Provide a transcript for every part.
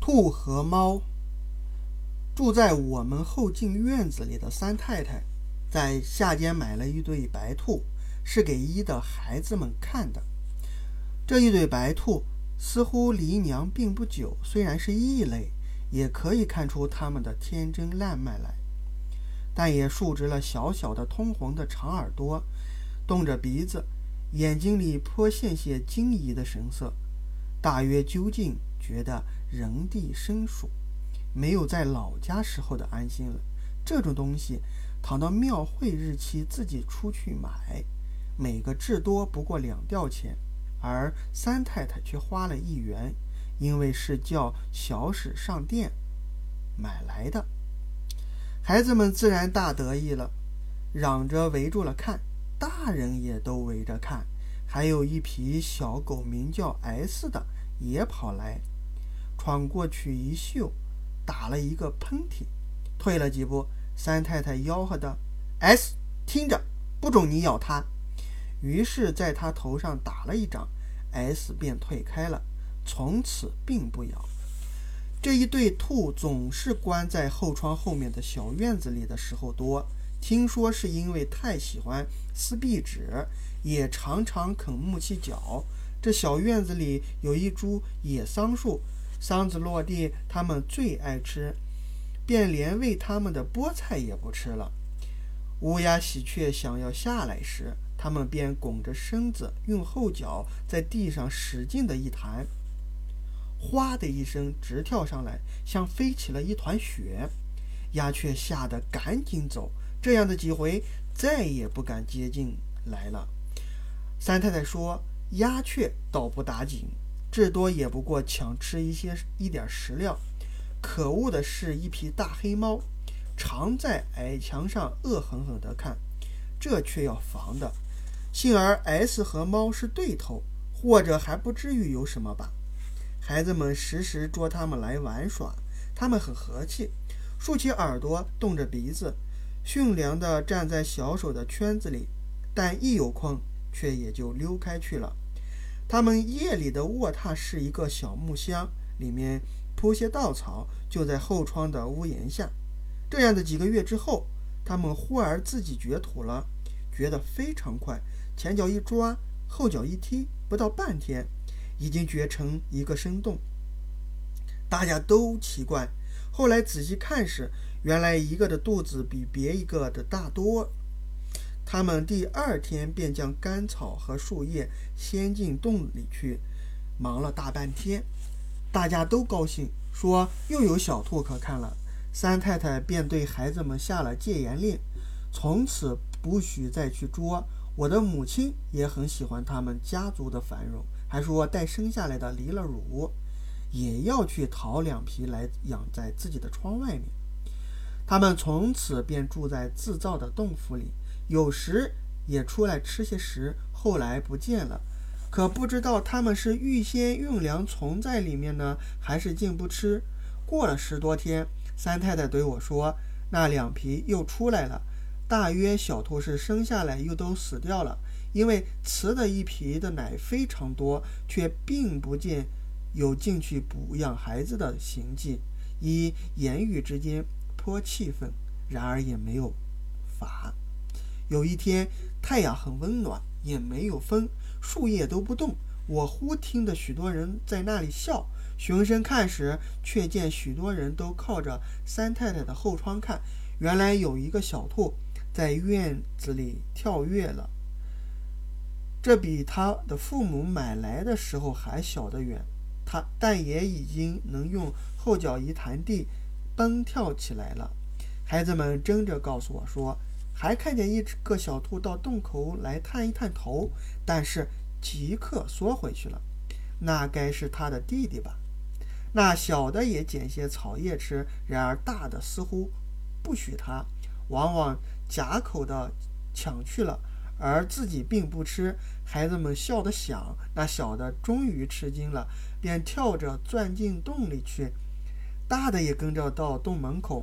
兔和猫。住在我们后进院子里的三太太在夏间买了一对白兔，是给医的孩子们看的。这一对白兔似乎离娘并不久，虽然是异类，也可以看出它们的天真烂漫来，但也竖直了小小的通红的长耳朵，动着鼻子，眼睛里颇现些惊疑的神色，大约究竟觉得人地生疏，没有在老家时候的安心了。这种东西倘到庙会日期自己出去买，每个至多不过2吊钱，而三太太却花了1元，因为是叫小史上店买来的。孩子们自然大得意了，嚷着围住了看，大人也都围着看，还有一匹小狗名叫 S 的也跑来，闯过去一嗅，打了一个喷嚏，退了几步，三太太吆喝道： S 听着，不准你咬它。于是在他头上打了一掌， S 便退开了，从此并不咬。这一对兔总是关在后窗后面的小院子里的时候多，听说是因为太喜欢撕壁纸，也常常啃木器角。这小院子里有一株野桑树，桑子落地它们最爱吃，便连喂它们的菠菜也不吃了。乌鸦喜鹊想要下来时，它们便拱着身子，用后脚在地上使劲的一弹，哗的一声直跳上来，像飞起了一团雪。鸦雀吓得赶紧走，这样的几回再也不敢接近来了。三太太说，鸦雀倒不打紧，至多也不过抢吃一点食料。可恶的是一匹大黑猫，常在矮墙上恶狠狠地看，这却要防的。幸而 S 和猫是对头，或者还不至于有什么吧。孩子们时时捉他们来玩耍，他们很和气，竖起耳朵，动着鼻子，驯良地站在小手的圈子里，但一有空却也就溜开去了。他们夜里的卧榻是一个小木箱，里面铺些稻草，就在后窗的屋檐下。这样的几个月之后，他们忽而自己掘土了，掘得非常快，前脚一抓，后脚一踢，不到半天已经掘成一个深洞。大家都奇怪，后来仔细看时，原来一个的肚子比别一个的大多。他们第2天便将干草和树叶掀进洞里去，忙了大半天。大家都高兴，说又有小兔可看了。三太太便对孩子们下了戒严令，从此不许再去捉。我的母亲也很喜欢他们家族的繁荣，还说待生下来的离了乳，也要去淘2匹来养在自己的窗外面。他们从此便住在自造的洞府里，有时也出来吃些食，后来不见了。可不知道他们是预先运粮存在里面呢，还是竟不吃。过了10多天，三太太对我说，那2匹又出来了，大约小兔是生下来又都死掉了，因为雌的一匹的奶非常多，却并不见有进去补养孩子的行迹，以言语之间颇气愤，然而也没有法。有一天太阳很温暖，也没有风，树叶都不动，我忽听得许多人在那里笑，循声看时，却见许多人都靠着三太太的后窗看，原来有一个小兔在院子里跳跃了，这比他的父母买来的时候还小得远，但也已经能用后脚一弹地蹦跳起来了。孩子们争着告诉我说，还看见一个小兔到洞口来探一探头，但是即刻缩回去了，那该是他的弟弟吧。那小的也捡些草叶吃，然而大的似乎不许他，往往夹口的抢去了，而自己并不吃。孩子们笑得响，那小的终于吃惊了，便跳着钻进洞里去，大的也跟着到洞门口，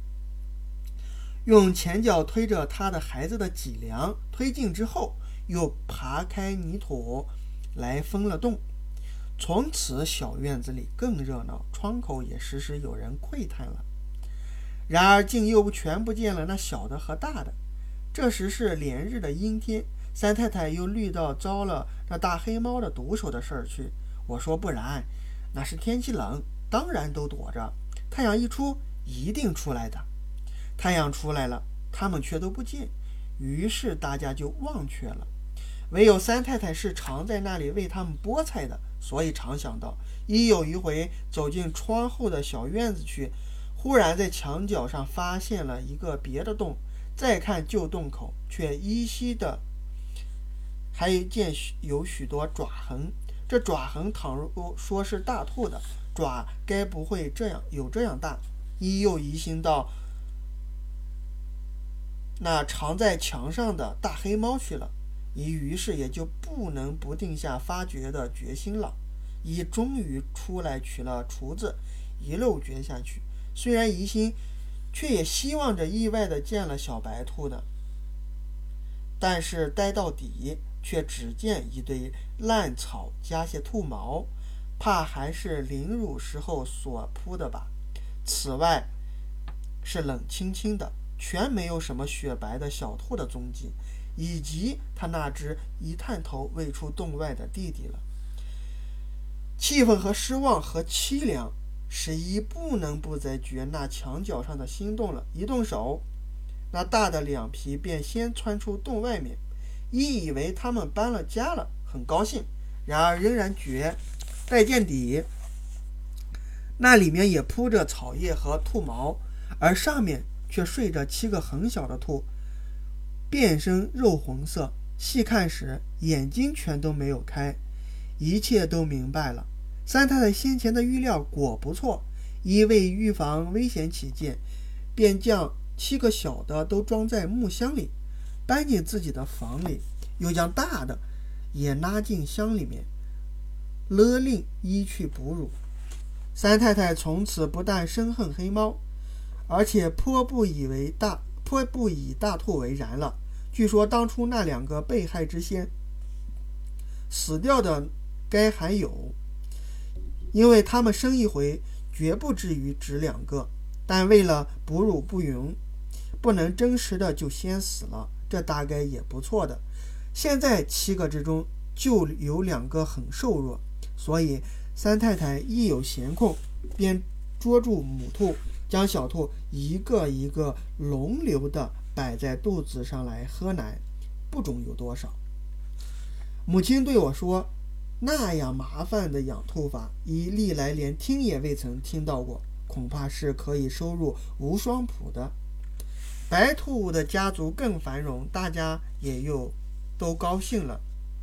用前脚推着他的孩子的脊梁，推进之后又爬开泥土来封了洞。 从此小院子里更热闹，窗口也时时有人窥探了。然而竟又全不见了那小的和大的。这时是连日的阴天，三太太又虑到遭了那大黑猫的毒手的事儿去。我说不然，那是天气冷，当然都躲着，太阳一出一定出来的。太阳出来了，他们却都不见，于是大家就忘却了。唯有三太太是常在那里为他们剥菜的，所以常想到，一有一回走进窗后的小院子去，忽然在墙角上发现了一个别的洞，再看旧洞口，却依稀的还见有许多爪痕。这爪痕倘若说是大兔的爪，该不会这样大。一又疑心到那藏在墙上的大黑猫去了，于是也就不能不定下发掘的决心了。一终于出来取了厨子，一路掘下去。虽然疑心，却也希望着意外的见了小白兔的。但是待到底，却只见一堆烂草加些兔毛，怕还是凌辱时候所铺的吧。此外是冷清清的，全没有什么雪白的小兔的踪迹，以及他那只一探头未出洞外的弟弟了。气愤和失望和凄凉使一不能不再掘那墙角上的新洞了。一动手，那大的两皮便先窜出洞外面。一以为他们搬了家了，很高兴，然而仍然掘，待见底，那里面也铺着草叶和兔毛，而上面却睡着7个很小的兔，遍身肉红色，细看时眼睛全都没有开。一切都明白了，三太太先前的预料果不错，一为预防危险起见，便将7个小的都装在木箱里，搬进自己的房里，又将大的也拉进箱里面，勒令一去哺乳。三太太从此不但深恨黑猫，而且颇不以大兔为然了。据说当初那2个被害之先，死掉的该还有，因为他们生一回绝不至于只2个，但为了哺乳不匀，不能真实的就先死了，这大概也不错的。现在7个之中就有2个很瘦弱，所以三太太一有闲空，便捉住母兔，将小兔一个一个轮流的摆在肚子上来喝奶，不准有多少。母亲对我说，那样麻烦的养兔法，一历来连听也未曾听到过，恐怕是可以收入无双谱的。白兔的家族更繁荣，大家也又都高兴了。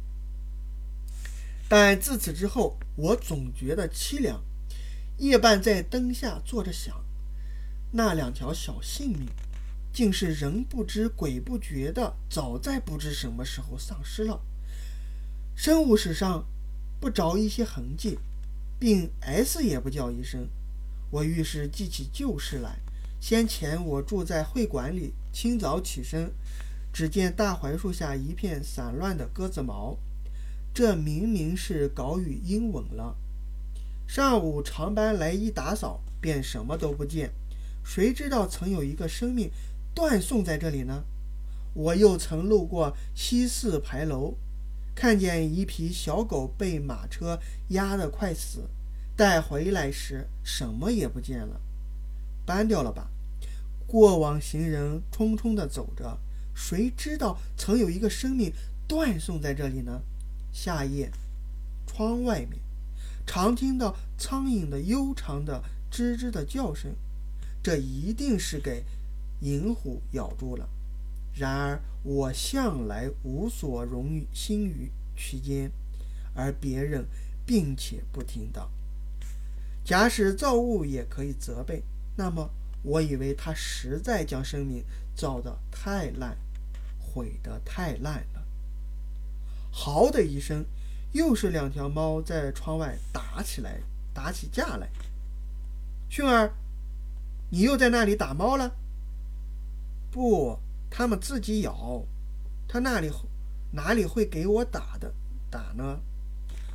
但自此之后，我总觉得凄凉。夜半在灯下坐着想，那2条小性命，竟是人不知鬼不觉的，早在不知什么时候丧失了。生物史上不着一些痕迹，并 S 也不叫一声。我于是记起旧事来。先前我住在会馆里，清早起身，只见大槐树下一片散乱的鸽子毛，这明明是稿语英文了。上午长班来一打扫，便什么都不见。谁知道曾有一个生命断送在这里呢？我又曾路过西四牌楼，看见一匹小狗被马车压得快死，带回来时什么也不见了。搬掉了吧。过往行人匆匆地走着，谁知道曾有一个生命断送在这里呢？夏夜，窗外面常听到苍蝇的悠长的吱吱的叫声，这一定是给银虎咬住了。然而我向来无所容心于其间，而别人并且不听到。假使造物也可以责备，那么我以为他实在将生命造得太烂，毁得太烂了。嚎的一声，又是2条猫在窗外打起架来。训儿，你又在那里打猫了？不，他们自己咬，他哪里会给我打呢？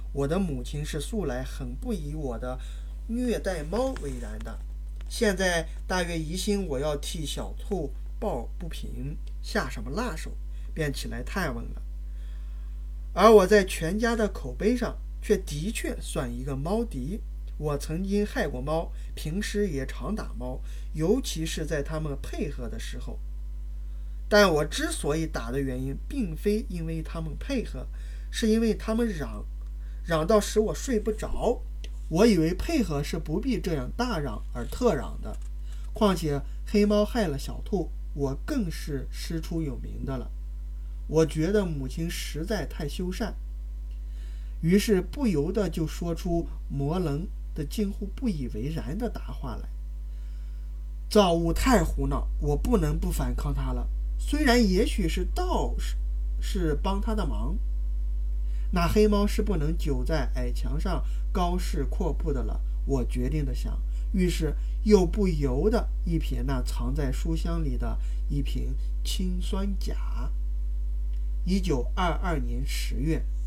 我的母亲是素来很不以我的虐待猫为然的，现在大约疑心我要替小兔抱不平，下什么辣手，便起来探问了。而我在全家的口碑上却的确算一个猫敌。我曾经害过猫，平时也常打猫，尤其是在它们配合的时候。但我之所以打的原因，并非因为它们配合，是因为它们嚷到使我睡不着。我以为配合是不必这样大嚷而特嚷的，况且黑猫害了小兔，我更是师出有名的了。我觉得母亲实在太修善，于是不由得就说出模棱的近乎不以为然的答话来。造物太胡闹，我不能不反抗他了。虽然也许是道是帮他的忙，那黑猫是不能久在矮墙上高士阔步的了。我决定的想，于是又不由得一瞥那藏在书箱里的一瓶氰酸钾。1922年10月。